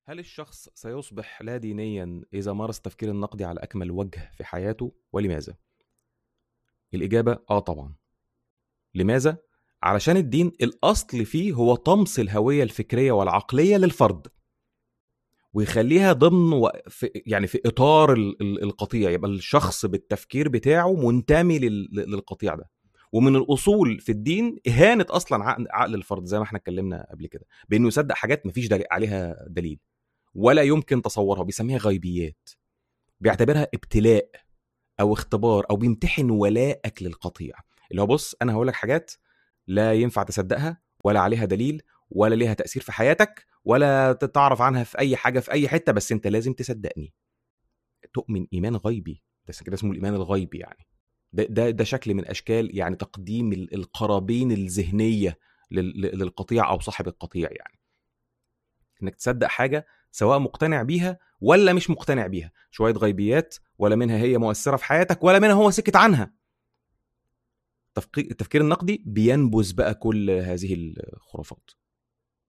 هل الشخص سيصبح لا دينيا إذا مارس التفكير النقدي على أكمل وجه في حياته؟ ولماذا؟ الإجابة طبعا. لماذا؟ علشان الدين الأصل فيه هو طمس الهوية الفكرية والعقلية للفرد، ويخليها ضمن يعني في إطار القطيع، يبقى الشخص بالتفكير بتاعه منتمي للقطيع ده. ومن الأصول في الدين إهانة أصلا عقل الفرد، زي ما احنا اتكلمنا قبل كده، بأنه يصدق حاجات مفيش عليها دليل ولا يمكن تصورها، بيسميها غيبيات، بيعتبرها ابتلاء او اختبار، او بيمتحن ولائك للقطيع. اللي هو بص، انا هقول لك حاجات لا ينفع تصدقها ولا عليها دليل ولا ليها تأثير في حياتك ولا تعرف عنها في اي حاجة في اي حتة، بس انت لازم تصدقني. تؤمن ايمان غيبي، ده كده اسمه الايمان الغيبي يعني. ده شكل من اشكال يعني تقديم القرابين الذهنية للقطيع او صاحب القطيع، يعني انك تصدق حاجه سواء مقتنع بيها ولا مش مقتنع بيها، شويه غيبيات ولا منها هي مؤثره في حياتك ولا منها هو سكت عنها. التفكير النقدي بينبذ بقى كل هذه الخرافات.